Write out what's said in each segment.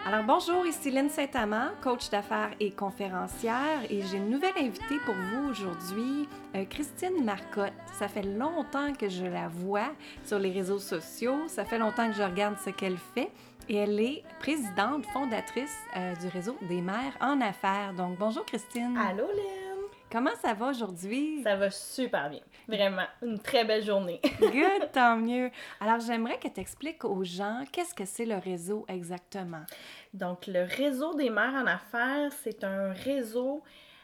Alors bonjour, ici Lynne Saint-Amand, coach d'affaires et conférencière, et j'ai une nouvelle invitée pour vous aujourd'hui, Christine Marcotte. Ça fait longtemps que je la vois sur les réseaux sociaux, ça fait longtemps que je regarde ce qu'elle fait, et elle est présidente, fondatrice du réseau des mères en affaires. Donc bonjour Christine. Allô Lynn! Comment ça va aujourd'hui? Ça va super bien. Vraiment, une très belle journée. Good, tant mieux. Alors j'aimerais que tu expliques aux gens qu'est-ce que c'est le réseau exactement. Donc, le réseau des mères en affaires, c'est un réseau.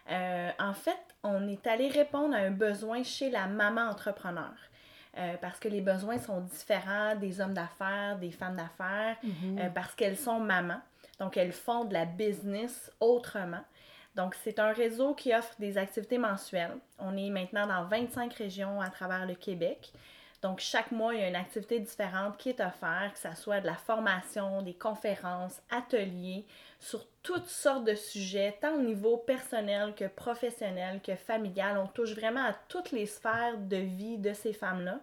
En fait, on est allé répondre à un besoin chez la maman entrepreneur. Parce que les besoins sont différents des hommes d'affaires, des femmes d'affaires, parce qu'elles sont mamans. Donc, elles font de la business autrement. Donc, c'est un réseau qui offre des activités mensuelles. On est maintenant dans 25 régions à travers le Québec. Donc, chaque mois, il y a une activité différente qui est offerte, que ce soit de la formation, des conférences, ateliers, sur toutes sortes de sujets, tant au niveau personnel que professionnel que familial. On touche vraiment à toutes les sphères de vie de ces femmes-là.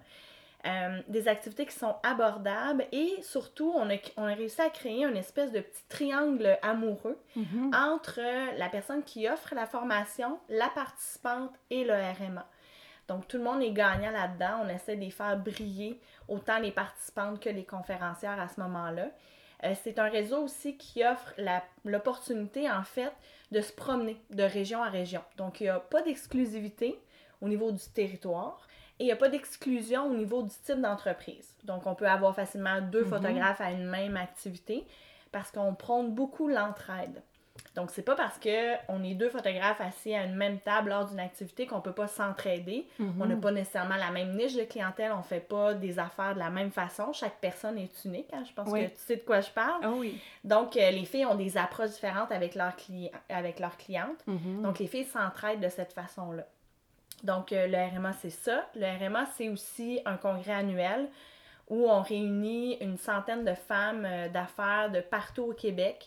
Des activités qui sont abordables et surtout, on a réussi à créer une espèce de petit triangle amoureux entre la personne qui offre la formation, la participante et le RMA. Donc, tout le monde est gagnant là-dedans. On essaie de les faire briller, autant les participantes que les conférencières à ce moment-là. C'est un réseau aussi qui offre l'opportunité, en fait, de se promener de région à région. Donc, il n'y a pas d'exclusivité au niveau du territoire et il n'y a pas d'exclusion au niveau du type d'entreprise. Donc, on peut avoir facilement deux photographes à une même activité parce qu'on prône beaucoup l'entraide. Donc, c'est pas parce qu'on est deux photographes assis à une même table lors d'une activité qu'on peut pas s'entraider. On n'a pas nécessairement la même niche de clientèle, on fait pas des affaires de la même façon. Chaque personne est unique, hein? Je pense que tu sais de quoi je parle. Oh oui. Donc, les filles ont des approches différentes avec leurs clientes. Donc, les filles s'entraident de cette façon-là. Donc, le RMA, c'est ça. Le RMA, c'est aussi un congrès annuel où on réunit une centaine de femmes d'affaires de partout au Québec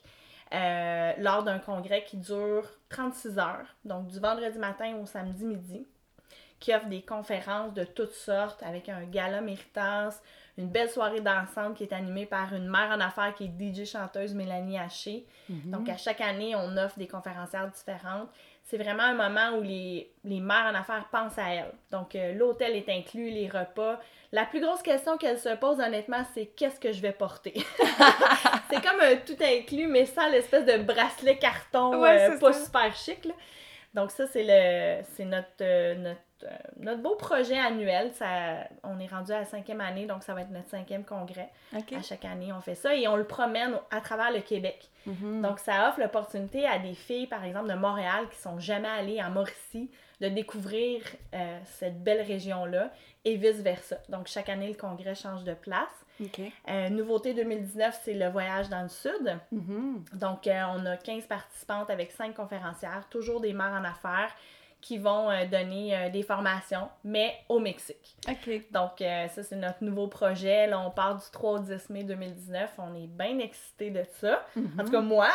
lors d'un congrès qui dure 36 heures, donc du vendredi matin au samedi midi, qui offre des conférences de toutes sortes avec un gala méritance, une belle soirée dansante qui est animée par une mère en affaires qui est DJ chanteuse Mélanie Haché. Donc à chaque année, on offre des conférencières différentes. C'est vraiment un moment où les mères en affaires pensent à elles. Donc l'hôtel est inclus, les repas. La plus grosse question qu'elles se posent honnêtement, c'est qu'est-ce que je vais porter? C'est comme un tout inclus, mais sans l'espèce de bracelet carton pas super chic, là. Donc ça, c'est notre beau projet annuel. On est rendu à la 5e année, donc ça va être notre 5e congrès. Okay. À chaque année, on fait ça et on le promène à travers le Québec. Donc ça offre l'opportunité à des filles, par exemple, de Montréal qui sont jamais allées en Mauricie, de découvrir cette belle région-là et vice-versa. Donc chaque année, le congrès change de place. Okay. Nouveauté 2019, c'est le voyage dans le sud. Donc, on a 15 participantes avec 5 conférencières, toujours des mères en affaires, qui vont donner des formations, mais au Mexique. Okay. Donc, ça, c'est notre nouveau projet. Là, on part du 3 au 10 mai 2019. On est bien excités de ça. En tout cas, moi,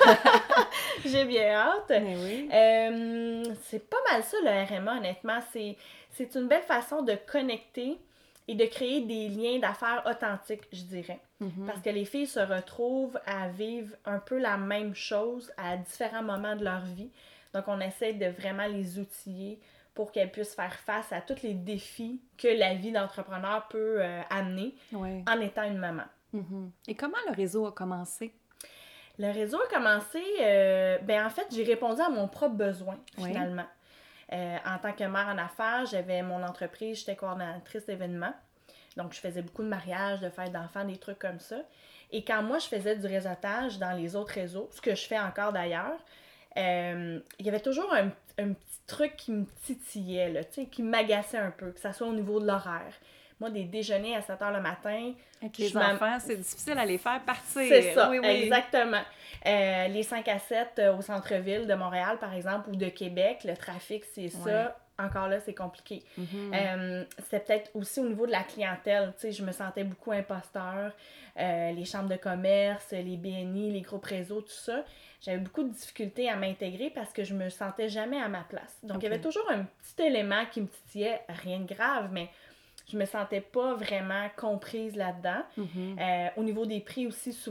j'ai bien hâte. Oui. C'est pas mal ça, le RMA, honnêtement. C'est une belle façon de connecter et de créer des liens d'affaires authentiques, je dirais. Parce que les filles se retrouvent à vivre un peu la même chose à différents moments de leur vie. Donc, on essaie de vraiment les outiller pour qu'elles puissent faire face à tous les défis que la vie d'entrepreneur peut amener en étant une maman. Et comment le réseau a commencé? Le réseau a commencé, en fait, j'ai répondu à mon propre besoin, finalement. En tant que mère en affaires, j'avais mon entreprise, j'étais coordonnatrice d'événements. Donc, je faisais beaucoup de mariages, de fêtes d'enfants, des trucs comme ça. Et quand moi, je faisais du réseautage dans les autres réseaux, ce que je fais encore d'ailleurs, il y avait toujours un petit truc qui me titillait, là, qui m'agaçait un peu, que ça soit au niveau de l'horaire. Moi, des déjeuners à 7 h le matin... Avec les enfants, c'est difficile à les faire partir. C'est ça, oui. Exactement. Les 5 à 7 au centre-ville de Montréal, par exemple, ou de Québec, le trafic, c'est ça. Encore là, c'est compliqué. C'était peut-être aussi au niveau de la clientèle. Tu sais, je me sentais beaucoup imposteur. Les chambres de commerce, les BNI, les groupes réseaux, tout ça. J'avais beaucoup de difficultés à m'intégrer parce que je me sentais jamais à ma place. Donc, il y avait toujours un petit élément qui me titillait. Rien de grave, mais je me sentais pas vraiment comprise là-dedans. Au niveau des prix aussi, souvent.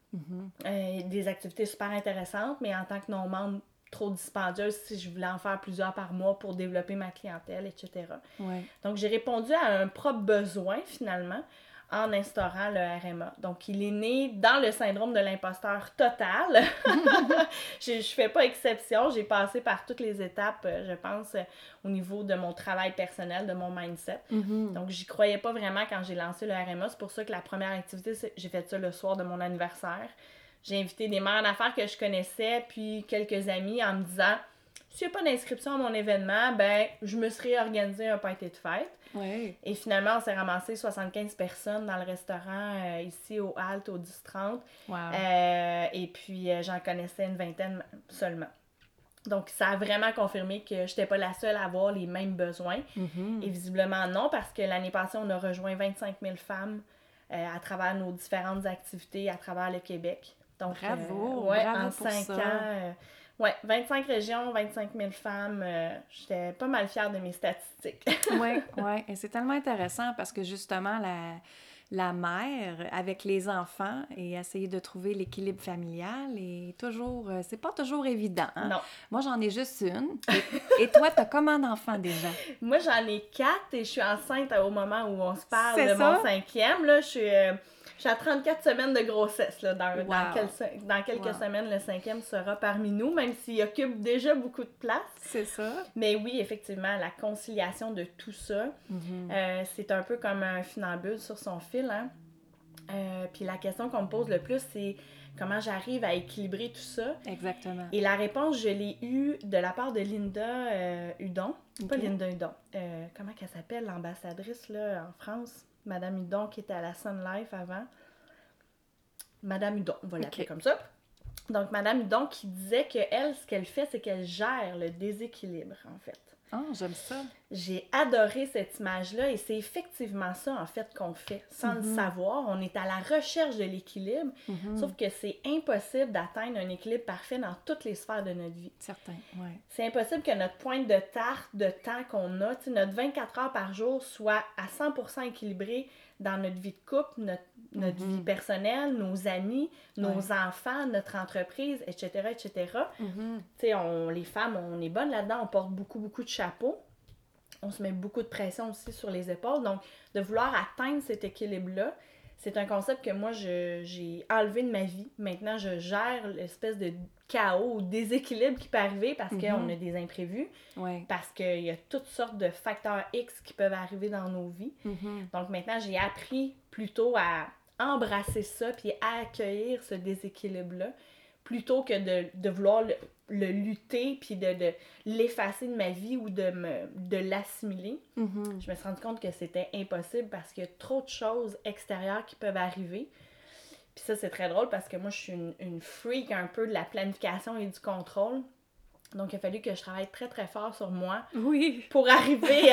Des activités super intéressantes, mais en tant que non-membre, trop dispendieuse si je voulais en faire plusieurs par mois pour développer ma clientèle, etc. Ouais. Donc, j'ai répondu à un propre besoin, finalement, en instaurant le RMA. Donc, il est né dans le syndrome de l'imposteur total. Je fais pas exception. J'ai passé par toutes les étapes, je pense, au niveau de mon travail personnel, de mon mindset. Donc, j'y croyais pas vraiment quand j'ai lancé le RMA. C'est pour ça que la première activité, j'ai fait ça le soir de mon anniversaire. J'ai invité des mères en affaires que je connaissais, puis quelques amis en me disant « S'il n'y a pas d'inscription à mon événement, ben je me serais organisé un party de fête. » Ouais. Et finalement, on s'est ramassé 75 personnes dans le restaurant ici au Halt, au 10-30. Wow. Et puis, j'en connaissais une vingtaine seulement. Donc, ça a vraiment confirmé que je n'étais pas la seule à avoir les mêmes besoins. Et visiblement non, parce que l'année passée, on a rejoint 25 000 femmes à travers nos différentes activités à travers le Québec. Donc, bravo! Bravo en pour 5 ça. Ans, 25 régions, 25 000 femmes. J'étais pas mal fière de mes statistiques. Oui. Et c'est tellement intéressant parce que justement, la mère, avec les enfants, et essayer de trouver l'équilibre familial est toujours... c'est pas toujours évident. Hein? Non. Moi, j'en ai juste une. Et toi, t'as combien d'enfants déjà? Moi, j'en ai 4 et je suis enceinte au moment où on se parle C'est de ça? mon 5e. Là, je suis à 34 semaines de grossesse. Là, dans quelques semaines, le 5e sera parmi nous, même s'il occupe déjà beaucoup de place. C'est ça. Mais oui, effectivement, la conciliation de tout ça, c'est un peu comme un funambule sur son fil. Hein? Puis la question qu'on me pose le plus, c'est comment j'arrive à équilibrer tout ça. Exactement. Et la réponse, je l'ai eue de la part de Linda Hudon. Okay. Pas Linda Hudon. Comment qu'elle s'appelle, l'ambassadrice là, en France? Madame Hudon, qui était à la Sun Life avant. Madame Hudon, on va l'appeler comme ça. Donc, Madame Hudon qui disait que elle, ce qu'elle fait, c'est qu'elle gère le déséquilibre, en fait. Ah, j'aime ça. J'ai adoré cette image-là et c'est effectivement ça, en fait, qu'on fait. Sans le savoir, on est à la recherche de l'équilibre, sauf que c'est impossible d'atteindre un équilibre parfait dans toutes les sphères de notre vie. Certain, oui. C'est impossible que notre pointe de tarte de temps qu'on a, notre 24 heures par jour, soit à 100% équilibré dans notre vie de couple, notre vie personnelle, nos amis, nos enfants, notre entreprise, etc., etc. Tu sais, les femmes, on est bonnes là-dedans, on porte beaucoup, beaucoup de chapeaux. On se met beaucoup de pression aussi sur les épaules. Donc, de vouloir atteindre cet équilibre-là, c'est un concept que moi, j'ai enlevé de ma vie. Maintenant, je gère l'espèce de chaos ou déséquilibre qui peut arriver parce qu'on a des imprévus, parce qu'il y a toutes sortes de facteurs X qui peuvent arriver dans nos vies. Donc, maintenant, j'ai appris plutôt à embrasser ça puis à accueillir ce déséquilibre-là plutôt que de vouloir le lutter puis de l'effacer de ma vie ou de l'assimiler. Je me suis rendu compte que c'était impossible parce qu'il y a trop de choses extérieures qui peuvent arriver. Puis ça, c'est très drôle parce que moi, je suis une freak un peu de la planification et du contrôle. Donc, il a fallu que je travaille très, très fort sur moi pour arriver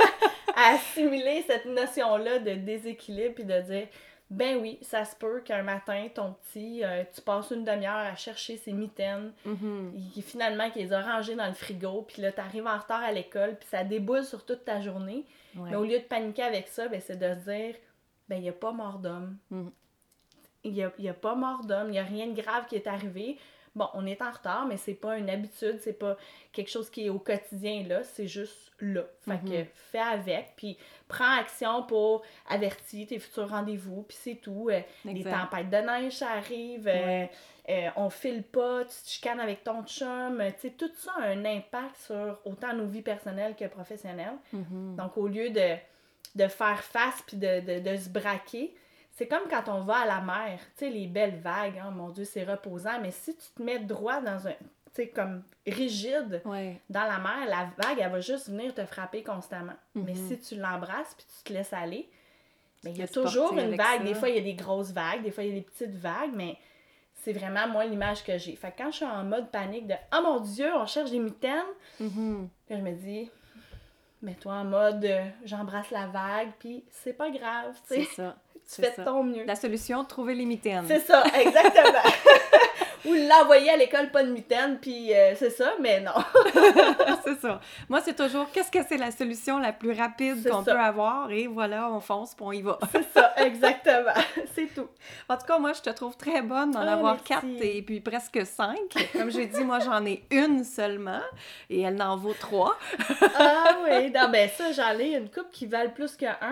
à assimiler cette notion-là de déséquilibre puis de dire... Ben oui, ça se peut qu'un matin, ton petit, tu passes une demi-heure à chercher ses mitaines, finalement qu'il les a rangées dans le frigo, puis là, t'arrives en retard à l'école, puis ça déboule sur toute ta journée. Mais au lieu de paniquer avec ça, ben, c'est de se dire, ben il n'y a pas mort d'homme. Il y a pas mort d'homme, il n'y a rien de grave qui est arrivé. Bon, on est en retard, mais c'est pas une habitude, c'est pas quelque chose qui est au quotidien là, c'est juste là. Fait que fais avec, puis prends action pour avertir tes futurs rendez-vous, puis c'est tout. Les tempêtes de neige, ça arrive, on file pas, tu te chicanes avec ton chum, tu sais, tout ça a un impact sur autant nos vies personnelles que professionnelles. Donc, au lieu de faire face puis de se braquer, c'est comme quand on va à la mer, tu sais, les belles vagues, hein, mon Dieu, c'est reposant, mais si tu te mets droit dans un, tu sais, comme rigide dans la mer, la vague, elle va juste venir te frapper constamment. Mais si tu l'embrasses puis tu te laisses aller, ben, il y a toujours une vague. Des fois, il y a des grosses vagues, des fois, il y a des petites vagues, mais c'est vraiment, moi, l'image que j'ai. Fait que quand je suis en mode panique de « Oh mon Dieu, on cherche des mitaines! » Puis je me dis... Mets-toi en mode j'embrasse la vague, puis c'est pas grave, tu sais. C'est ça. Tu fais de ton mieux. La solution, trouver les mitaines. C'est ça, exactement. Ou l'envoyer à l'école pas de mitaine, puis c'est ça, mais non. C'est ça. Moi, c'est toujours, qu'est-ce que c'est la solution la plus rapide qu'on peut avoir? Et voilà, on fonce, puis on y va. C'est ça, exactement. C'est tout. En tout cas, moi, je te trouve très bonne d'en avoir 4 et puis presque 5. Comme j'ai dit, moi, j'en ai une seulement et elle n'en vaut 3. Ah oui, non, ben ça, j'en ai une couple qui valent plus qu'un.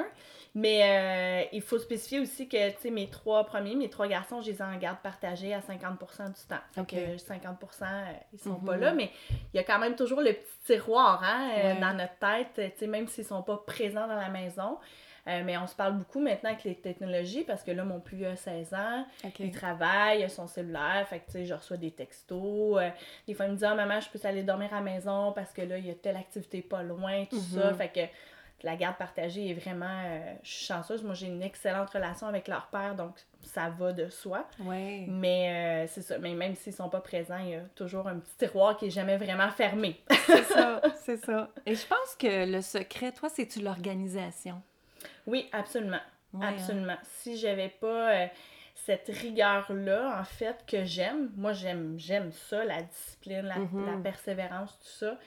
Mais il faut spécifier aussi que, tu sais, mes 3 garçons, je les ai en garde partagée à 50% du temps. Donc, 50%, ils sont pas là, mais il y a quand même toujours le petit tiroir, dans notre tête, tu sais, même s'ils sont pas présents dans la maison. Mais on se parle beaucoup maintenant avec les technologies, parce que là, mon plus vieux a 16 ans, il travaille, il a son cellulaire, fait que, tu sais, je reçois des textos. Des fois, il me dit « Ah, maman, je peux aller dormir à la maison, parce que là, il y a telle activité pas loin, tout ça. » Fait que la garde partagée est vraiment... je suis chanceuse. Moi, j'ai une excellente relation avec leur père, donc ça va de soi. Ouais. Mais c'est ça. Mais même s'ils sont pas présents, il y a toujours un petit tiroir qui est jamais vraiment fermé. C'est ça, c'est ça. Et je pense que le secret, toi, c'est-tu l'organisation? Oui, absolument. Ouais, absolument. Si j'avais pas cette rigueur-là, en fait, que j'aime, moi, j'aime ça, la discipline, la persévérance, tout ça.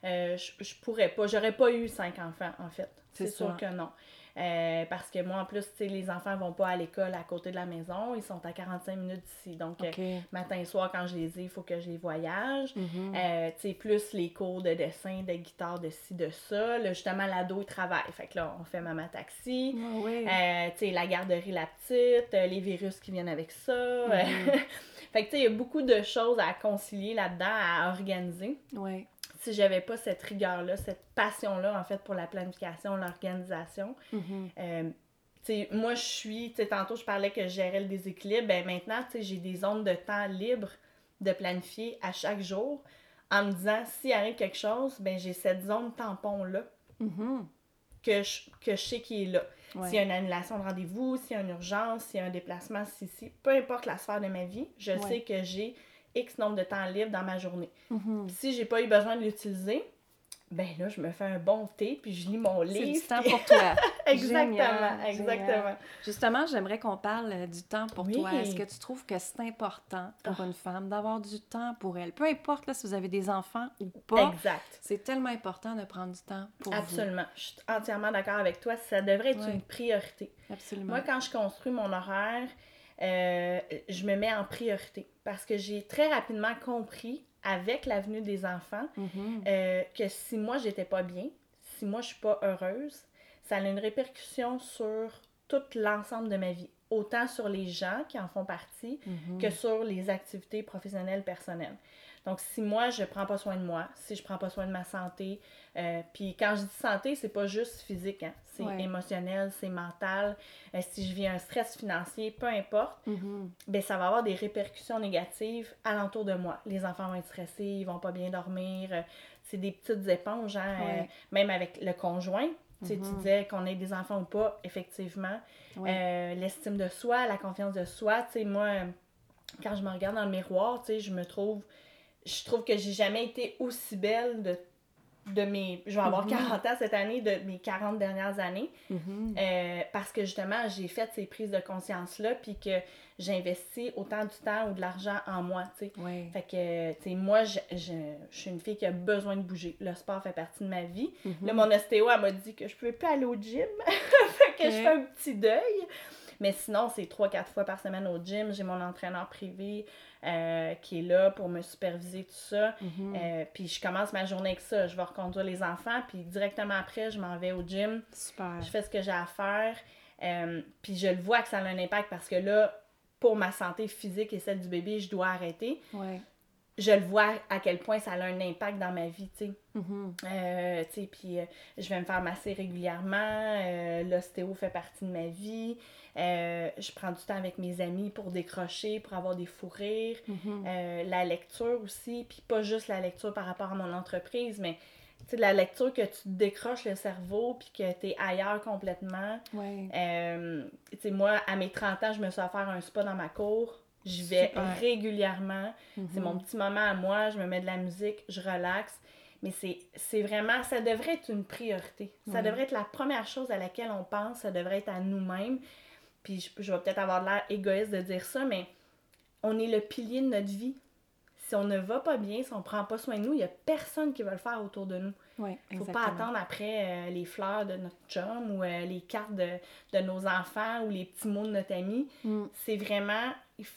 Je pourrais pas. J'aurais pas eu 5 enfants, en fait. C'est sûr que non. Parce que moi, en plus, tu sais, les enfants vont pas à l'école à côté de la maison. Ils sont à 45 minutes d'ici. Donc, matin et soir, quand je les ai, il faut que je les voyage. Tu sais, plus les cours de dessin, de guitare, de ci, de ça. Là, justement, l'ado, il travaille. Fait que là, on fait Maman Taxi. Tu sais, la garderie, la petite, les virus qui viennent avec ça. Fait que, tu sais, il y a beaucoup de choses à concilier là-dedans, à organiser. Oui. Si j'avais pas cette rigueur-là, cette passion-là, en fait, pour la planification, l'organisation, tu sais, moi, je suis, tu sais, tantôt, je parlais que je gérais le déséquilibre, ben maintenant, tu sais, j'ai des zones de temps libres de planifier à chaque jour, en me disant, s'il arrive quelque chose, ben j'ai cette zone tampon-là que je sais qui est là. Ouais. S'il y a une annulation de rendez-vous, s'il y a une urgence, s'il y a un déplacement, peu importe la sphère de ma vie, je sais que j'ai X nombre de temps libre dans ma journée. Si j'ai pas eu besoin de l'utiliser, ben là, je me fais un bon thé, puis je lis mon livre. C'est du temps pour toi. Exactement, exactement. Génial. Justement, j'aimerais qu'on parle du temps pour toi. Est-ce que tu trouves que c'est important pour une femme d'avoir du temps pour elle? Peu importe là, si vous avez des enfants ou pas. Exact. C'est tellement important de prendre du temps pour Absolument. Je suis entièrement d'accord avec toi. Ça devrait être une priorité. Absolument. Moi, quand je construis mon horaire, je me mets en priorité parce que j'ai très rapidement compris avec la venue des enfants que si moi j'étais pas bien, si moi je suis pas heureuse, ça a une répercussion sur tout l'ensemble de ma vie, autant sur les gens qui en font partie que sur les activités professionnelles personnelles. Donc, si moi, je prends pas soin de moi, si je prends pas soin de ma santé, puis quand je dis santé, c'est pas juste physique, hein, c'est émotionnel, c'est mental. Si je vis un stress financier, peu importe, ben ça va avoir des répercussions négatives alentour de moi. Les enfants vont être stressés, ils vont pas bien dormir. C'est des petites éponges, hein, même avec le conjoint. Tu disais qu'on ait des enfants ou pas, effectivement. L'estime de soi, la confiance de soi. Tu sais, moi, quand je me regarde dans le miroir, tu sais, je trouve que j'ai jamais été aussi belle de mes... Je vais avoir 40 ans cette année, de mes 40 dernières années. Parce que justement, j'ai fait ces prises de conscience-là, puis que j'ai investi autant du temps ou de l'argent en moi, tu sais. Fait que, tu sais, moi, je suis une fille qui a besoin de bouger. Le sport fait partie de ma vie. Là, mon ostéo, elle m'a dit que je pouvais plus aller au gym. Fait que je fais un petit deuil. Mais sinon, c'est 3-4 fois par semaine au gym. J'ai mon entraîneur privé qui est là pour me superviser, tout ça. Puis je commence ma journée avec ça. Je vais reconduire les enfants, puis directement après, je m'en vais au gym. Super. Je fais ce que j'ai à faire. Puis je le vois que ça a un impact parce que là, pour ma santé physique et celle du bébé, je dois arrêter. Je le vois à quel point ça a un impact dans ma vie, tu sais. Puis je vais me faire masser régulièrement. L'ostéo fait partie de ma vie. Je prends du temps avec mes amis pour décrocher, pour avoir des fous rires. La lecture aussi, puis pas juste la lecture par rapport à mon entreprise, mais tu sais, la lecture que tu te décroches le cerveau puis que t'es ailleurs complètement. Tu sais, moi, à mes 30 ans, je me suis offert un spa dans ma cour. J'y vais régulièrement. C'est mon petit moment à moi. Je me mets de la musique, je relaxe. Mais c'est vraiment... Ça devrait être une priorité. Ça devrait être la première chose à laquelle on pense. Ça devrait être à nous-mêmes. Puis je vais peut-être avoir l'air égoïste de dire ça, mais on est le pilier de notre vie. si on ne va pas bien, si on prend pas soin de nous, il y a personne qui va le faire autour de nous. Oui, Faut pas attendre après les fleurs de notre chum ou les cartes de nos enfants ou les petits mots de notre ami. C'est vraiment,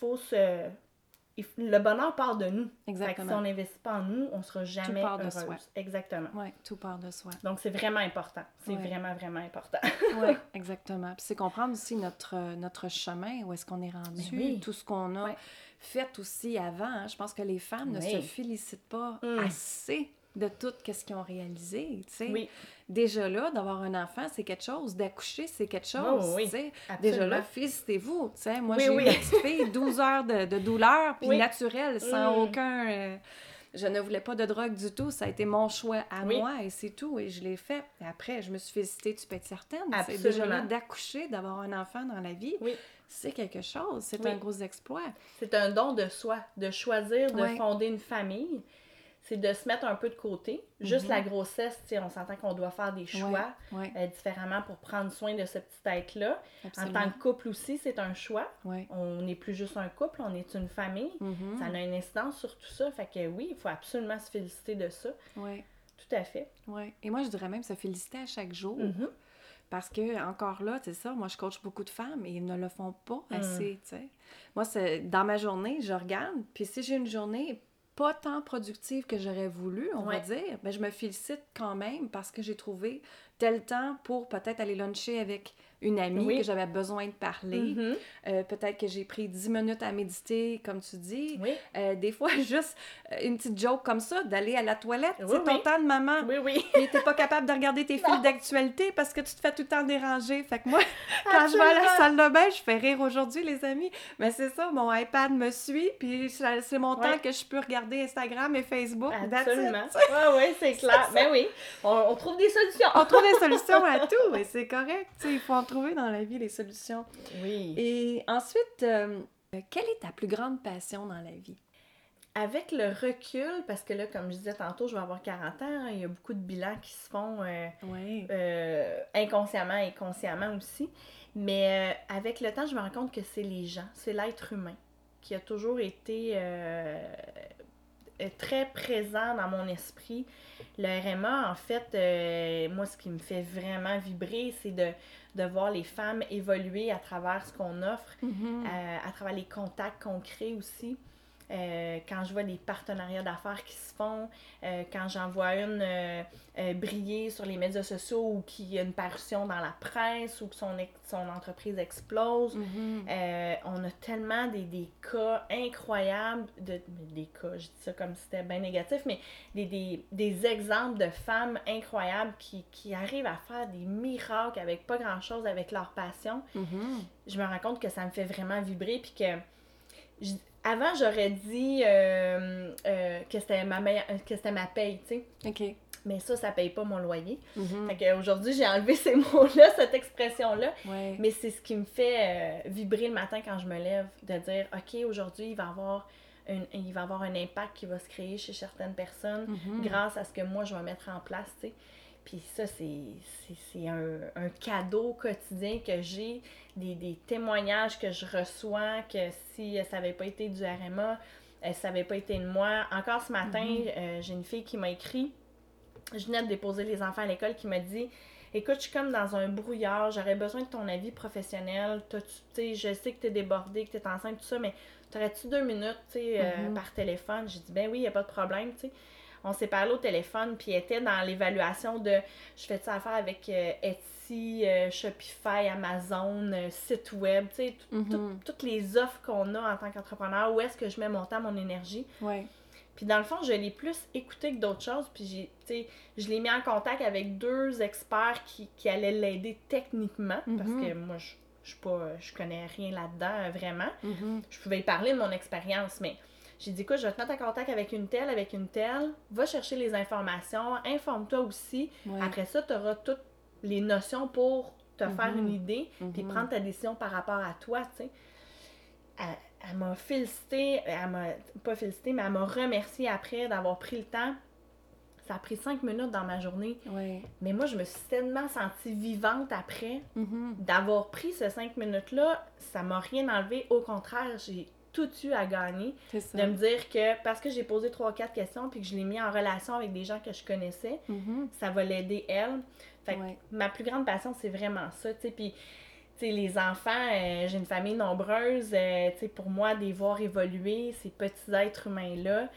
le bonheur part de nous. Exactement. Fait que si on n'investit pas en nous, on sera jamais heureuse. De soi. Exactement. Oui, tout part de soi. Donc, c'est vraiment important. C'est vraiment, vraiment important. Oui, exactement. Puis c'est comprendre aussi notre chemin, où est-ce qu'on est rendu, tout ce qu'on a fait aussi avant. Hein. Je pense que les femmes ne se félicitent pas assez de tout ce qu'ils ont réalisé, tu sais. Oui. Déjà là, d'avoir un enfant, c'est quelque chose. D'accoucher, c'est quelque chose, tu sais. Déjà là, félicitez-vous, tu sais. Moi, j'ai eu la petite fille, 12 heures de douleur, puis naturelle, sans aucun... Je ne voulais pas de drogue du tout. Ça a été mon choix à moi, et c'est tout. Et je l'ai fait. Et après, je me suis félicitée, tu peux être certaine. C'est déjà là, d'accoucher, d'avoir un enfant dans la vie. C'est quelque chose. C'est un gros exploit. C'est un don de soi, de choisir de fonder une famille. C'est de se mettre un peu de côté. Juste la grossesse, on s'entend qu'on doit faire des choix différemment pour prendre soin de ce petit être-là. Absolument. En tant que couple aussi, c'est un choix. On n'est plus juste un couple, on est une famille. Ça a une incidence sur tout ça. Fait que oui, il faut absolument se féliciter de ça. Tout à fait. Et moi, je dirais même se féliciter à chaque jour. Parce que, encore là, c'est ça, moi, je coach beaucoup de femmes et ils ne le font pas assez, tu sais. Moi, dans ma journée, je regarde, puis si j'ai une journée pas tant productive que j'aurais voulu, on va dire, ben je me félicite quand même parce que j'ai trouvé tel temps pour peut-être aller luncher avec une amie que j'avais besoin de parler. Peut-être que j'ai pris 10 minutes à méditer, comme tu dis. Des fois, juste une petite joke comme ça, d'aller à la toilette. C'est ton temps de maman. Et t'es pas capable de regarder tes fils d'actualité parce que tu te fais tout le temps déranger. Fait que moi, quand je vais à la salle de bain, je fais rire aujourd'hui, les amis. Mais c'est ça, mon iPad me suit, puis c'est mon temps que je peux regarder Instagram et Facebook. Absolument. Oui, c'est clair. Ben oui, on trouve des solutions. On trouve des solutions à tout, et c'est correct. Il faut en trouver dans la vie les solutions. Oui. Et ensuite, quelle est ta plus grande passion dans la vie? Avec le recul, parce que là, comme je disais tantôt, je vais avoir 40 ans, hein, il y a beaucoup de bilans qui se font inconsciemment et consciemment aussi. Mais avec le temps, je me rends compte que c'est les gens, c'est l'être humain qui a toujours été très présent dans mon esprit. Le RMA, en fait, moi, ce qui me fait vraiment vibrer, c'est de voir les femmes évoluer à travers ce qu'on offre, à travers les contacts qu'on crée aussi. Quand je vois des partenariats d'affaires qui se font, quand j'en vois une briller sur les médias sociaux ou qu'il y a une parution dans la presse ou que son entreprise explose. On a tellement des cas incroyables, des cas, je dis ça comme si c'était bien négatif, mais des exemples de femmes incroyables qui arrivent à faire des miracles avec pas grand-chose, avec leur passion. Je me rends compte que ça me fait vraiment vibrer, puis que... Avant, j'aurais dit que c'était ma paye, tu sais. OK. Mais ça paye pas mon loyer. Fait qu'aujourd'hui, j'ai enlevé ces mots-là, cette expression-là. Mais c'est ce qui me fait vibrer le matin quand je me lève, de dire, OK, aujourd'hui, il va y avoir un impact qui va se créer chez certaines personnes grâce à ce que moi, je vais mettre en place, tu sais. Puis ça, c'est un cadeau quotidien que j'ai, des témoignages que je reçois, que si ça n'avait pas été du RMA, ça n'avait pas été de moi. Encore ce matin, j'ai une fille qui m'a écrit, je venais de déposer les enfants à l'école, qui m'a dit « Écoute, je suis comme dans un brouillard, j'aurais besoin de ton avis professionnel. Tu sais, je sais que tu es débordée, que tu es enceinte, tout ça, mais t'aurais-tu 2 minutes, tu sais, par téléphone? » J'ai dit « Ben oui, il n'y a pas de problème, tu sais. » On s'est parlé au téléphone, puis elle était dans l'évaluation de je fais-tu affaire avec Etsy, Shopify, Amazon, site web, tu sais, toutes les offres qu'on a en tant qu'entrepreneur, où est-ce que je mets mon temps, mon énergie. Puis dans le fond, je l'ai plus écouté que d'autres choses, puis je l'ai mis en contact avec 2 experts qui allaient l'aider techniquement, parce que moi, je connais rien là-dedans, vraiment. Je pouvais y parler de mon expérience, mais... J'ai dit, écoute, je vais te mettre en contact avec une telle, va chercher les informations, informe-toi aussi. Après ça, tu auras toutes les notions pour te faire une idée, puis prendre ta décision par rapport à toi, tu sais. Elle m'a félicité, pas félicité, mais elle m'a remercié après d'avoir pris le temps. Ça a pris 5 minutes dans ma journée. Mais moi, je me suis tellement sentie vivante après d'avoir pris ces 5 minutes-là. Ça m'a rien enlevé. Au contraire, tout eu à gagner. C'est ça. De me dire que parce que j'ai posé 3-4 questions puis que je l'ai mis en relation avec des gens que je connaissais, ça va l'aider elle. Fait que ma plus grande passion, c'est vraiment ça, tu sais. Puis, tu sais, les enfants, j'ai une famille nombreuse, tu sais, pour moi, de les voir évoluer, ces petits êtres humains-là,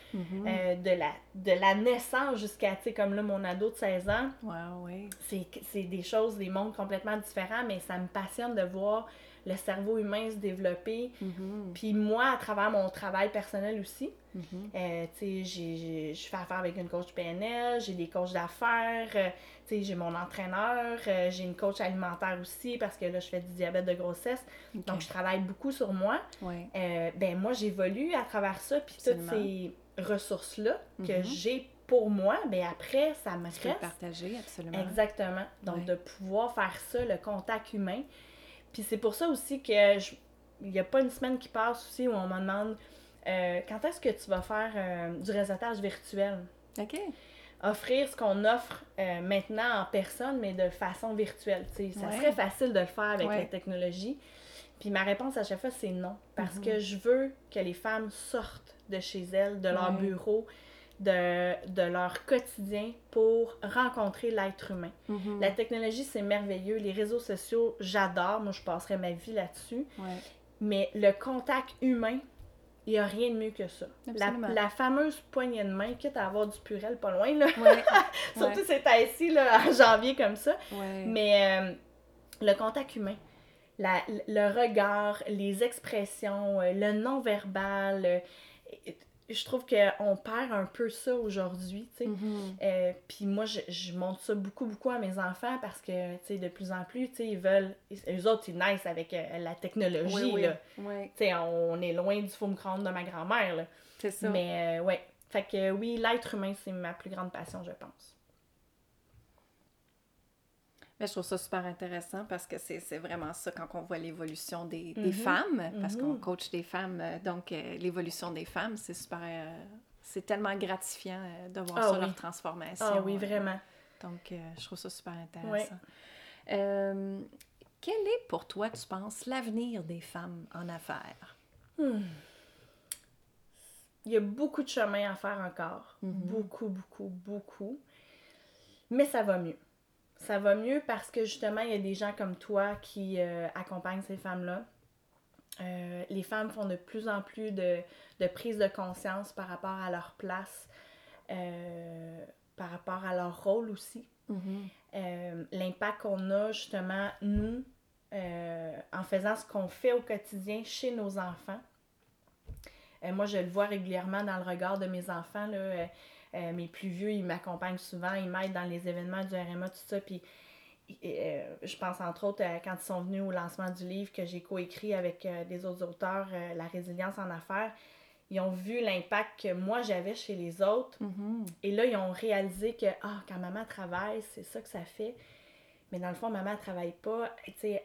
de la naissance jusqu'à, tu sais, comme là, mon ado de 16 ans, c'est des choses, des mondes complètement différents, mais ça me passionne de voir le cerveau humain se développer. Puis moi, à travers mon travail personnel aussi, tu sais, je fais affaire avec une coach PNL, j'ai des coachs d'affaires, tu sais, j'ai mon entraîneur, j'ai une coach alimentaire aussi parce que là, je fais du diabète de grossesse. Donc, je travaille beaucoup sur moi. Ben moi, j'évolue à travers ça, puis toutes ces ressources-là que j'ai pour moi, ben après, ça me reste. Tu peux le partager, absolument. Exactement. Donc, de pouvoir faire ça, le contact humain. Puis c'est pour ça aussi que il n'y a pas une semaine qui passe aussi où on me demande quand est-ce que tu vas faire du réseautage virtuel? OK. Offrir ce qu'on offre maintenant en personne, mais de façon virtuelle. T'sais. Ça serait facile de le faire avec la technologie. Puis ma réponse à chaque fois, c'est non. Parce que je veux que les femmes sortent de chez elles, de leur bureau, de leur quotidien pour rencontrer l'être humain. La technologie, c'est merveilleux. Les réseaux sociaux, j'adore. Moi, je passerais ma vie là-dessus. Mais le contact humain, il n'y a rien de mieux que ça. La fameuse poignée de main, quitte à avoir du Purel pas loin, là. Surtout ces temps-ci, là, en janvier, comme ça. Mais le contact humain, le regard, les expressions, le non-verbal... je trouve qu'on perd un peu ça aujourd'hui, tu sais. Puis moi, je montre ça beaucoup, beaucoup à mes enfants parce que, tu sais, de plus en plus, tu sais, ils veulent... Eux autres, ils naissent avec la technologie, là. Tu sais, on est loin du faux micro-ondes de ma grand-mère, là. C'est ça. Mais, ouais. Fait que, oui, l'être humain, c'est ma plus grande passion, je pense. Mais je trouve ça super intéressant parce que c'est vraiment ça quand on voit l'évolution des femmes, parce qu'on coach des femmes, donc l'évolution des femmes, c'est super, c'est tellement gratifiant de voir ça, leur transformation. Ah oui, vraiment. Donc, je trouve ça super intéressant. Quel est pour toi, tu penses, l'avenir des femmes en affaires? Il y a beaucoup de chemin à faire encore. Beaucoup, beaucoup, beaucoup. Mais ça va mieux. Ça va mieux parce que justement, il y a des gens comme toi qui accompagnent ces femmes-là. Les femmes font de plus en plus de prise de conscience par rapport à leur place, par rapport à leur rôle aussi. L'impact qu'on a justement, nous, en faisant ce qu'on fait au quotidien chez nos enfants. Moi, je le vois régulièrement dans le regard de mes enfants, là. Mes plus vieux, ils m'accompagnent souvent, ils m'aident dans les événements du RMA, tout ça. Puis je pense entre autres quand ils sont venus au lancement du livre que j'ai coécrit avec des autres auteurs, La résilience en affaires, ils ont vu l'impact que moi j'avais chez les autres. Et là, ils ont réalisé que quand maman travaille, c'est ça que ça fait. Mais dans le fond, maman ne travaille pas, tu sais,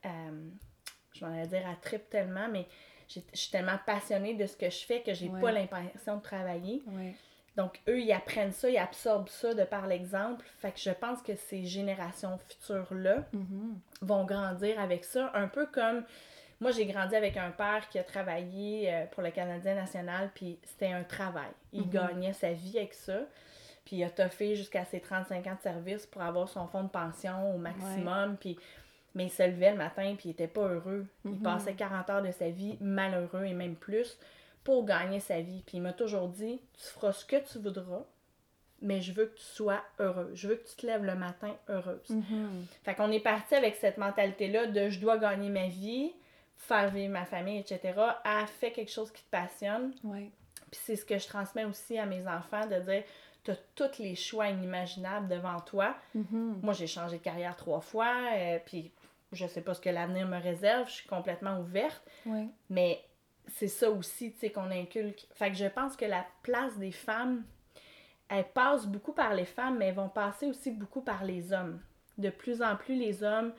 je m'en allais dire, elle tripe tellement, mais je suis tellement passionnée de ce que je fais que j'ai pas l'impression de travailler. Donc, eux, ils apprennent ça, ils absorbent ça de par l'exemple. Fait que je pense que ces générations futures-là vont grandir avec ça. Un peu comme... Moi, j'ai grandi avec un père qui a travaillé pour le Canadien national, puis c'était un travail. Il gagnait sa vie avec ça. Puis il a toffé jusqu'à ses 35 ans de service pour avoir son fonds de pension au maximum. Puis... Mais il se levait le matin, puis il était pas heureux. Il passait 40 heures de sa vie malheureux et même plus pour gagner sa vie. Puis il m'a toujours dit, tu feras ce que tu voudras, mais je veux que tu sois heureux. Je veux que tu te lèves le matin heureuse. Fait qu'on est parti avec cette mentalité-là de je dois gagner ma vie, faire vivre ma famille, etc. à faire quelque chose qui te passionne. Puis c'est ce que je transmets aussi à mes enfants, de dire, tu as tous les choix inimaginables devant toi. Moi, j'ai changé de carrière 3 fois, puis je sais pas ce que l'avenir me réserve, je suis complètement ouverte. Mais c'est ça aussi, tu sais, qu'on inculque. Fait que je pense que la place des femmes, elle passe beaucoup par les femmes, mais elles vont passer aussi beaucoup par les hommes. De plus en plus, les hommes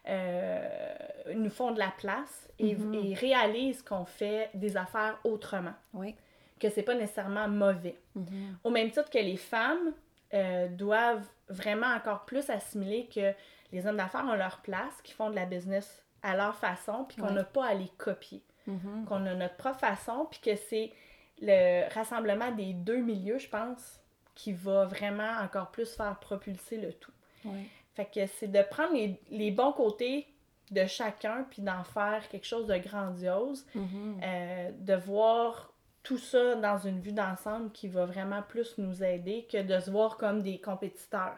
nous font de la place et réalisent qu'on fait des affaires autrement. Que c'est pas nécessairement mauvais. Au même titre que les femmes doivent vraiment encore plus assimiler que les hommes d'affaires ont leur place, qu'ils font de la business à leur façon, puis qu'on n'a pas à les copier. qu'on a notre propre façon, puis que c'est le rassemblement des deux milieux, je pense, qui va vraiment encore plus faire propulser le tout. Oui. Fait que c'est de prendre les bons côtés de chacun, puis d'en faire quelque chose de grandiose, de voir tout ça dans une vue d'ensemble qui va vraiment plus nous aider que de se voir comme des compétiteurs.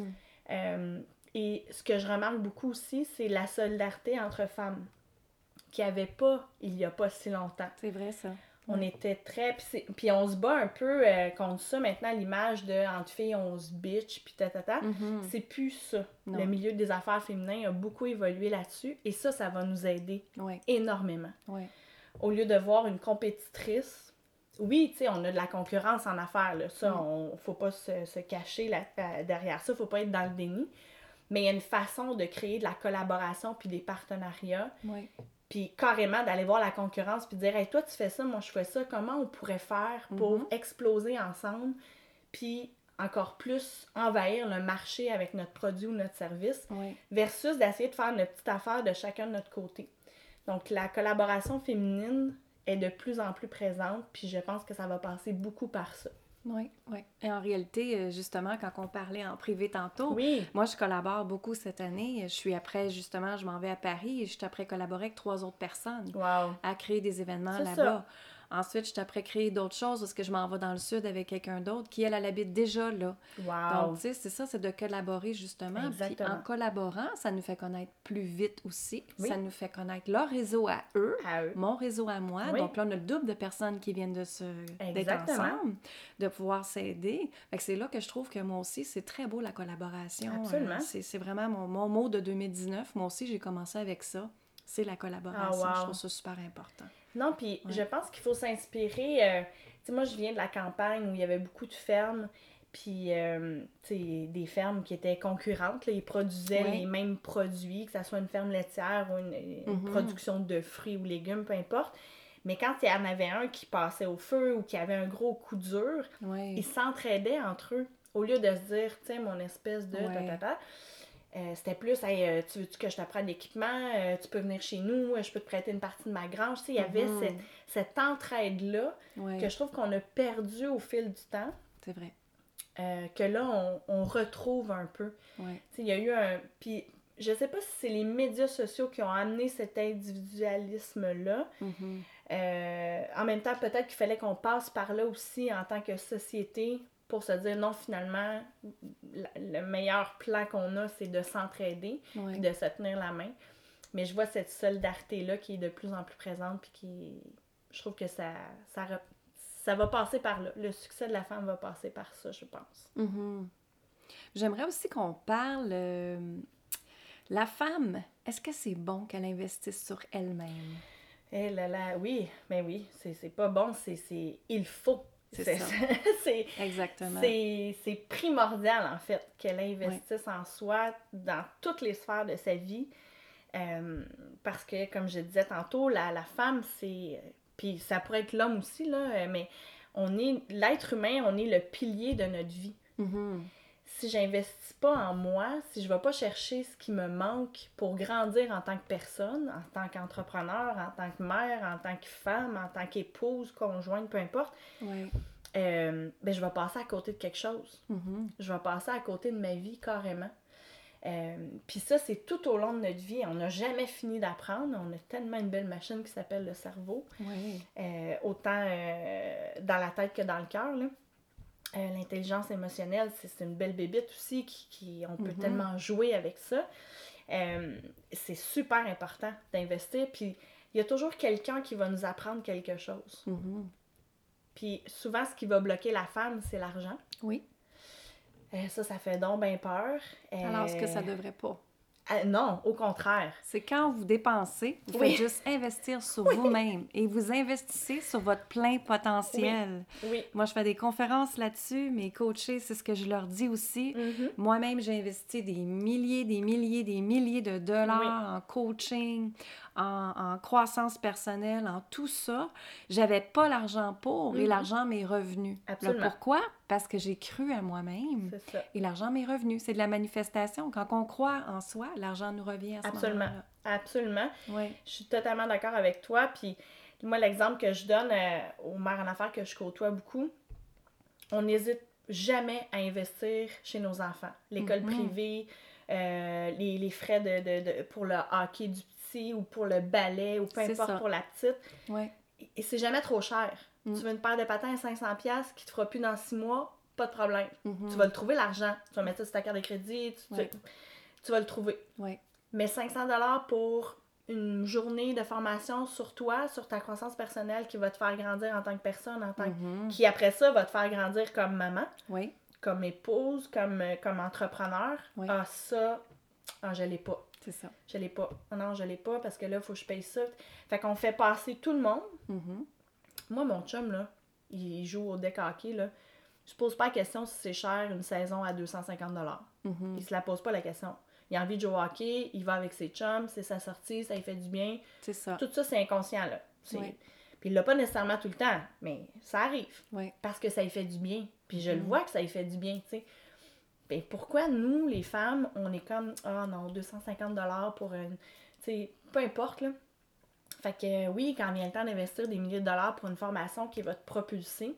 Et ce que je remarque beaucoup aussi, c'est la solidarité entre femmes, qu'il n'y avait pas il n'y a pas si longtemps. C'est vrai, ça. On était très... Puis on se bat un peu contre ça maintenant, l'image de entre filles, on se bitch, puis ta. C'est plus ça. Non. Le milieu des affaires féminines a beaucoup évolué là-dessus, et ça va nous aider énormément. Au lieu de voir une compétitrice, oui, tu sais, on a de la concurrence en affaires, là. Ça, faut pas se cacher derrière ça, faut pas être dans le déni. Mais il y a une façon de créer de la collaboration puis des partenariats. Puis carrément d'aller voir la concurrence puis dire « Hey, toi, tu fais ça, moi, je fais ça. Comment on pourrait faire pour exploser ensemble puis encore plus envahir le marché avec notre produit ou notre service versus d'essayer de faire notre petite affaire de chacun de notre côté. » Donc, la collaboration féminine est de plus en plus présente, puis je pense que ça va passer beaucoup par ça. Oui. Et en réalité, justement, quand on parlait en privé tantôt, moi, je collabore beaucoup cette année. Je m'en vais à Paris et je suis après collaborer avec 3 autres personnes à créer des événements là-bas. Ça. Ensuite, je suis après créer d'autres choses parce que je m'en vais dans le sud avec quelqu'un d'autre qui, elle habite déjà là. Donc, tu sais, c'est ça, c'est de collaborer justement. Puis en collaborant, ça nous fait connaître plus vite aussi. Ça nous fait connaître leur réseau à eux, mon réseau à moi. Donc là, on a le double de personnes qui viennent d'être ensemble, de pouvoir s'aider. Fait que c'est là que je trouve que moi aussi, c'est très beau la collaboration. Absolument. C'est vraiment mon mot de 2019. Moi aussi, j'ai commencé avec ça. C'est la collaboration. Je trouve ça super important. Non, puis je pense qu'il faut s'inspirer. Tu sais, moi, je viens de la campagne où il y avait beaucoup de fermes, puis, tu sais, des fermes qui étaient concurrentes. Là, ils produisaient les mêmes produits, que ce soit une ferme laitière ou une production de fruits ou légumes, peu importe. Mais quand il y en avait un qui passait au feu ou qui avait un gros coup dur, ils s'entraidaient entre eux. Au lieu de se dire, tiens, mon espèce de c'était plus, hey, tu veux-tu que je t'apprenne l'équipement? Tu peux venir chez nous, je peux te prêter une partie de ma grange. Tu sais, il y avait cette entraide-là que je trouve qu'on a perdu au fil du temps. C'est vrai. Que là, on retrouve un peu. Tu sais, il y a eu un... Puis, je sais pas si c'est les médias sociaux qui ont amené cet individualisme-là. En même temps, peut-être qu'il fallait qu'on passe par là aussi en tant que société pour se dire non, finalement, le meilleur plan qu'on a, c'est de s'entraider puis de se tenir la main. Mais je vois cette solidarité-là qui est de plus en plus présente puis qui... Je trouve que ça va passer par là. Le succès de la femme va passer par ça, je pense. J'aimerais aussi qu'on parle... la femme, est-ce que c'est bon qu'elle investisse sur elle-même? Eh là là, oui. Mais oui, c'est pas bon, c'est il faut. C'est ça. Exactement. C'est primordial, en fait, qu'elle investisse en soi dans toutes les sphères de sa vie. Parce que, comme je disais tantôt, la femme, c'est... Puis ça pourrait être l'homme aussi, là, mais l'être humain, on est le pilier de notre vie. Si j'investis pas en moi, si je vais pas chercher ce qui me manque pour grandir en tant que personne, en tant qu'entrepreneur, en tant que mère, en tant que femme, en tant qu'épouse, conjointe, peu importe, ben je vais passer à côté de quelque chose. Je vais passer à côté de ma vie carrément. Puis ça, c'est tout au long de notre vie. On n'a jamais fini d'apprendre. On a tellement une belle machine qui s'appelle le cerveau. Autant dans la tête que dans le cœur, là. L'intelligence émotionnelle, c'est une belle bébite aussi, on peut tellement jouer avec ça. C'est super important d'investir, puis il y a toujours quelqu'un qui va nous apprendre quelque chose. Puis souvent, ce qui va bloquer la femme, c'est l'argent. Ça fait donc bien peur. Alors, est-ce que ça devrait pas? Non, au contraire. C'est quand vous dépensez, vous faites juste investir sur vous-même et vous investissez sur votre plein potentiel. Moi, je fais des conférences là-dessus, mes coachés, c'est ce que je leur dis aussi. Moi-même, j'ai investi des milliers de dollars en coaching, en croissance personnelle, en tout ça, j'avais pas l'argent pour et l'argent m'est revenu. Absolument. Là, pourquoi? Parce que j'ai cru à moi-même C'est ça. et l'argent m'est revenu. C'est de la manifestation. Quand on croit en soi, l'argent nous revient à ce moment-là. Absolument. Oui. Je suis totalement d'accord avec toi. Puis moi, l'exemple que je donne aux mères en affaires que je côtoie beaucoup, on n'hésite jamais à investir chez nos enfants. L'école privée, les frais pour le hockey du petit ou pour le ballet ou peu importe pour la petite. Ouais. Et c'est jamais trop cher. Tu veux une paire de patins à 500$ qui te fera plus dans 6 mois, pas de problème. Tu vas le trouver, l'argent. Tu vas mettre ça sur ta carte de crédit, tu vas le trouver. Ouais. Mais 500$ pour une journée de formation sur toi, sur ta croissance personnelle qui va te faire grandir en tant que personne, qui après ça va te faire grandir comme maman, comme épouse, comme entrepreneur. Ah, ça, je l'ai pas. C'est ça. Je l'ai pas. Non, je l'ai pas parce que là, il faut que je paye ça. Fait qu'on fait passer tout le monde. Moi, mon chum, là, il joue au deck hockey, là. Je pose pas la question si c'est cher une saison à 250$. Il se la pose pas la question. Il a envie de jouer au hockey, il va avec ses chums, c'est sa sortie, ça lui fait du bien. C'est ça. Tout ça, c'est inconscient, là. Puis il l'a pas nécessairement tout le temps, mais ça arrive. Parce que ça lui fait du bien. Puis je le vois que ça lui fait du bien, tu sais. Ben pourquoi nous, les femmes, on est comme, ah non, 250$ pour une... Tu sais, peu importe, là. Fait que oui, quand vient le temps d'investir des milliers de dollars pour une formation qui va te propulser,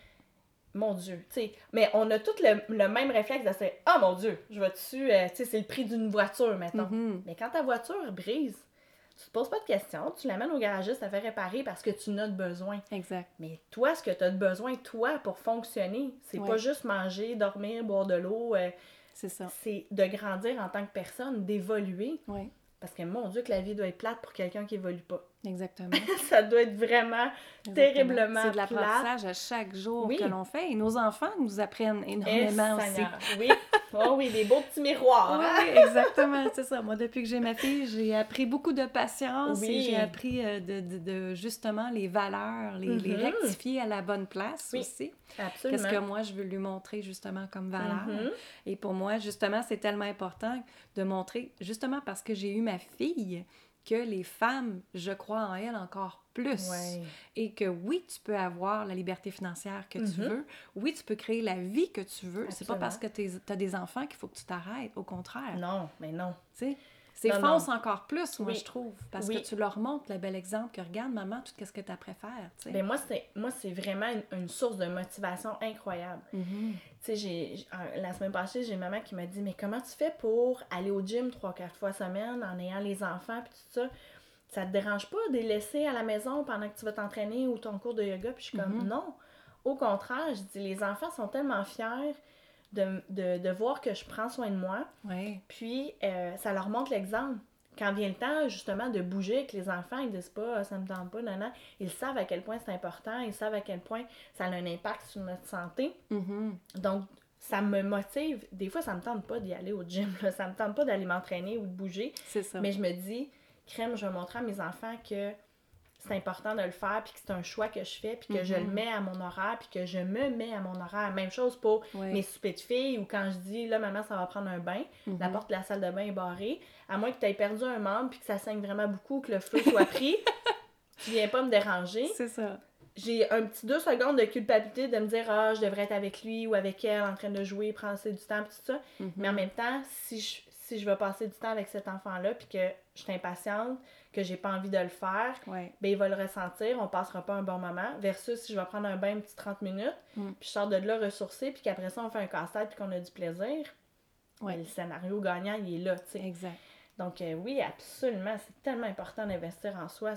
mon Dieu, tu sais. Mais on a tout le même réflexe de se dire, ah mon Dieu, je vais dessus, tu sais, c'est le prix d'une voiture, mettons. Mais quand ta voiture brise, tu te poses pas de questions, tu l'amènes au garagiste, ça fait réparer parce que tu en as besoin. Exact. Mais toi, ce que tu as besoin, toi, pour fonctionner, c'est pas juste manger, dormir, boire de l'eau. C'est ça. C'est de grandir en tant que personne, d'évoluer. Parce que, mon Dieu, que la vie doit être plate pour quelqu'un qui évolue pas. Exactement. Ça doit être vraiment terriblement C'est de l'apprentissage à chaque jour que l'on fait. Et nos enfants nous apprennent énormément aussi. Oui. Oh oui, des beaux petits miroirs. Oui, exactement, c'est ça. Moi, depuis que j'ai ma fille, j'ai appris beaucoup de patience et j'ai appris de justement les valeurs, les rectifier à la bonne place aussi. Absolument. Qu'est-ce que moi, je veux lui montrer justement comme valeur. Et pour moi, justement, c'est tellement important de montrer, justement parce que j'ai eu ma fille, que les femmes, je crois en elles encore plus. Et que oui, tu peux avoir la liberté financière que tu veux. Oui, tu peux créer la vie que tu veux. Absolument. C'est pas parce que tu as des enfants qu'il faut que tu t'arrêtes. Au contraire. Non, mais non. Tu sais, c'est fonce encore plus, moi, je trouve. Parce que tu leur montres le bel exemple que regarde, maman, tout ce que tu préfères. Ben moi, c'est vraiment une source de motivation incroyable. Tu sais, la semaine passée, j'ai maman qui m'a dit, mais comment tu fais pour aller au gym 3-4 fois semaine en ayant les enfants puis tout ça? Ça te dérange pas de les laisser à la maison pendant que tu vas t'entraîner ou ton cours de yoga? Puis je suis comme, non. Au contraire, je dis, les enfants sont tellement fiers de voir que je prends soin de moi. Puis, ça leur montre l'exemple. Quand vient le temps, justement, de bouger avec les enfants, ils disent pas, ça me tente pas, non. Ils savent à quel point c'est important, ils savent à quel point ça a un impact sur notre santé. Donc, ça me motive. Des fois, ça me tente pas d'y aller au gym, là. Ça me tente pas d'aller m'entraîner ou de bouger. C'est ça. Mais je me dis, crème, je vais montrer à mes enfants que c'est important de le faire, puis que c'est un choix que je fais, puis que je le mets à mon horaire, puis que je me mets à mon horaire. Même chose pour mes soupers de filles, ou quand je dis, là, maman, ça va prendre un bain, la porte de la salle de bain est barrée, à moins que tu aies perdu un membre, puis que ça saigne vraiment beaucoup, que le feu soit pris, tu viens pas me déranger. C'est ça. J'ai un petit 2 secondes de culpabilité de me dire, ah, je devrais être avec lui ou avec elle, en train de jouer, prendre du temps, puis tout ça. Mais en même temps, si je veux passer du temps avec cet enfant-là, puis que je suis impatiente, que j'ai pas envie de le faire, ben il va le ressentir, on passera pas un bon moment, versus si je vais prendre un bain un petit 30 minutes, puis je sors de là ressourcée, puis qu'après ça, on fait un casse-tête, puis qu'on a du plaisir, ben, le scénario gagnant, il est là, tu sais. Exact. Donc oui, absolument, c'est tellement important d'investir en soi,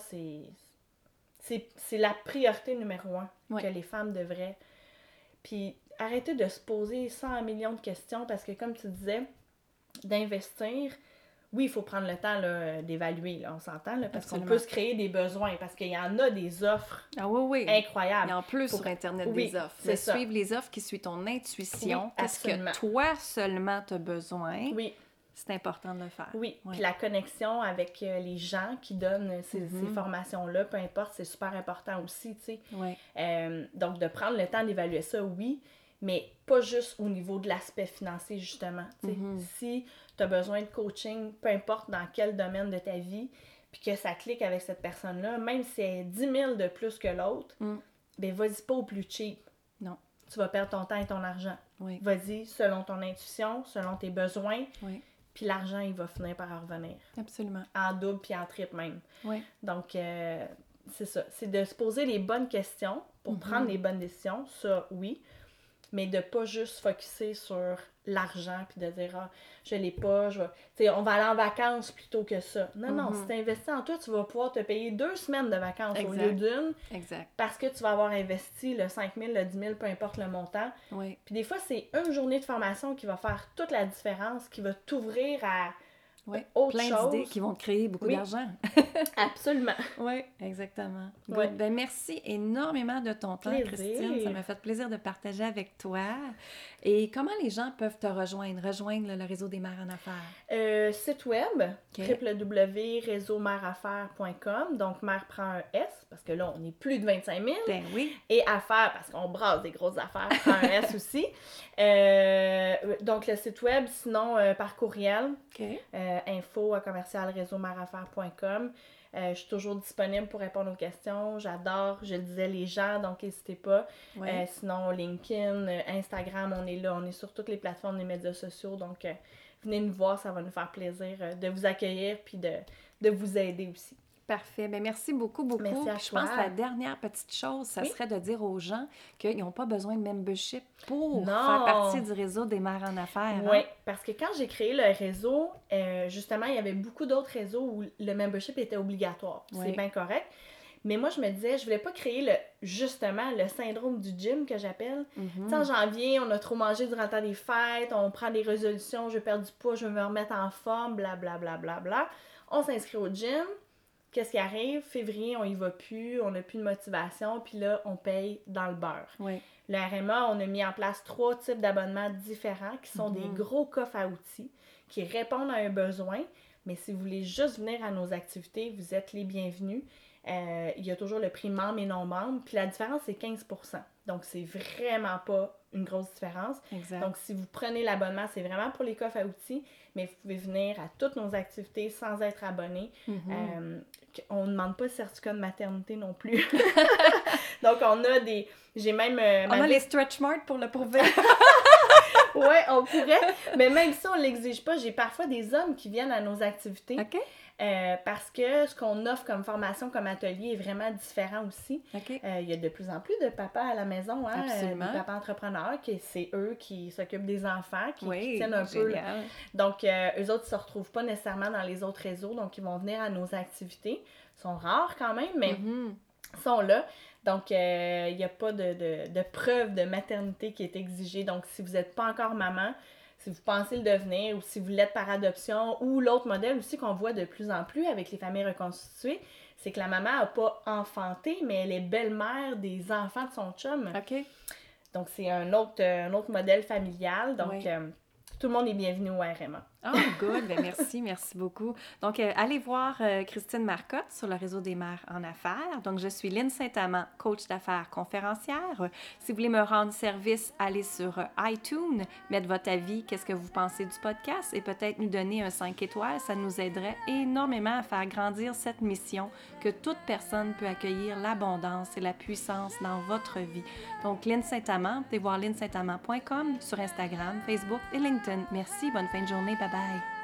c'est la priorité numéro 1 que les femmes devraient. Puis arrêter de se poser 100 millions de questions, parce que comme tu disais, d'investir, oui, il faut prendre le temps là, d'évaluer, là, on s'entend, là, parce qu'on peut se créer des besoins, parce qu'il y en a des offres incroyables. Il y en a plus sur Internet des offres. C'est ça. Suivre les offres qui suivent ton intuition, qu'est-ce que toi seulement tu as besoin, c'est important de le faire. Oui, puis la connexion avec les gens qui donnent ces formations-là, peu importe, c'est super important aussi, tu sais. Donc, de prendre le temps d'évaluer ça, oui, mais pas juste au niveau de l'aspect financier, justement. Si tu as besoin de coaching, peu importe dans quel domaine de ta vie, puis que ça clique avec cette personne-là, même si elle est 10 000 de plus que l'autre, ben vas-y pas au plus cheap. Non. Tu vas perdre ton temps et ton argent. Oui. Vas-y selon ton intuition, selon tes besoins, Oui. puis l'argent, il va finir par revenir. Absolument. En double puis en triple même. Oui. Donc, c'est ça. C'est de se poser les bonnes questions pour prendre les bonnes décisions, ça, oui. Mais de pas juste focusser sur l'argent puis de dire « Ah, je l'ai pas, je vais... » Tu sais, on va aller en vacances plutôt que ça. Non, si tu investis en toi, tu vas pouvoir te payer 2 semaines de vacances au lieu d'une. Exact. Parce que tu vas avoir investi le 5 000, le 10 000, peu importe le montant. Oui. Puis des fois, c'est une journée de formation qui va faire toute la différence, qui va t'ouvrir à autre chose. Plein d'idées qui vont te créer beaucoup d'argent. Absolument. Oui, exactement. Oui. Ben, merci énormément de ton temps, Christine. Ça m'a fait plaisir de partager avec toi. Et comment les gens peuvent te rejoindre le réseau des mères en affaires? Site web, www.réseaumaresaffaires.com. Donc, mère prend un S, parce que là, on est plus de 25 000. Ben oui. Et affaires, parce qu'on brasse des grosses affaires, prend un S aussi. Donc, le site web, sinon, par courriel. OK. info@réseaumaresaffaires.com. Je suis toujours disponible pour répondre aux questions. J'adore, je le disais, les gens, donc n'hésitez pas. Ouais. Sinon, LinkedIn, Instagram, on est là. On est sur toutes les plateformes des médias sociaux. Donc, venez nous voir, ça va nous faire plaisir de vous accueillir puis de vous aider aussi. Parfait. Bien, merci beaucoup. Merci à je toi. pense que la dernière petite chose, ça serait de dire aux gens qu'ils n'ont pas besoin de membership pour faire partie du réseau des mères en affaires. Oui, parce que quand j'ai créé le réseau, justement, il y avait beaucoup d'autres réseaux où le membership était obligatoire. Oui. C'est bien correct. Mais moi, je me disais, je voulais pas créer justement le syndrome du gym que j'appelle. Tu sais, en janvier, on a trop mangé durant le temps des fêtes, on prend des résolutions, je veux perdre du poids, je veux me remettre en forme, blablabla. Bla, bla, bla. On s'inscrit au gym. Qu'est-ce qui arrive? Février, on y va plus, on n'a plus de motivation, puis là, on paye dans le beurre. Oui. Le RMA, on a mis en place 3 types d'abonnements différents qui sont des gros coffres à outils qui répondent à un besoin. Mais si vous voulez juste venir à nos activités, vous êtes les bienvenus. Il y a toujours le prix membre et non membre. Puis la différence, c'est 15%. Donc, c'est vraiment pas une grosse différence. Exact. Donc, si vous prenez l'abonnement, c'est vraiment pour les coffres à outils, mais vous pouvez venir à toutes nos activités sans être abonné. On ne demande pas de certificat de maternité non plus. Donc, on a des... J'ai même... on a les stretch marks pour le prouver. Oui, on pourrait. Mais même si on ne l'exige pas, j'ai parfois des hommes qui viennent à nos activités. OK. Parce que ce qu'on offre comme formation, comme atelier est vraiment différent aussi. OK. Il y a de plus en plus de papas à la maison, hein, Absolument. des papas entrepreneurs, c'est eux qui s'occupent des enfants, qui oui, tiennent un génial. peu. Donc, eux autres, ils se retrouvent pas nécessairement dans les autres réseaux, donc ils vont venir à nos activités. Ils sont rares quand même, mais ils sont là. Donc, il n'y a pas de preuve de maternité qui est exigée. Donc, si vous n'êtes pas encore maman, si vous pensez le devenir ou si vous l'êtes par adoption, ou l'autre modèle aussi qu'on voit de plus en plus avec les familles reconstituées, c'est que la maman n'a pas enfanté, mais elle est belle-mère des enfants de son chum. OK. Donc, c'est un autre modèle familial. Donc, tout le monde est bienvenu au RMA. Oh, good. Ben, merci beaucoup. Donc, allez voir Christine Marcotte sur le réseau des mères en affaires. Donc, je suis Lynne Saint-Amand, coach d'affaires conférencière. Si vous voulez me rendre service, allez sur iTunes, mettre votre avis, qu'est-ce que vous pensez du podcast et peut-être nous donner un 5 étoiles. Ça nous aiderait énormément à faire grandir cette mission que toute personne peut accueillir l'abondance et la puissance dans votre vie. Donc, Lynne Saint-Amand, vous pouvez voir lynnesaintamand.com sur Instagram, Facebook et LinkedIn. Merci, bonne fin de journée. Bye bye.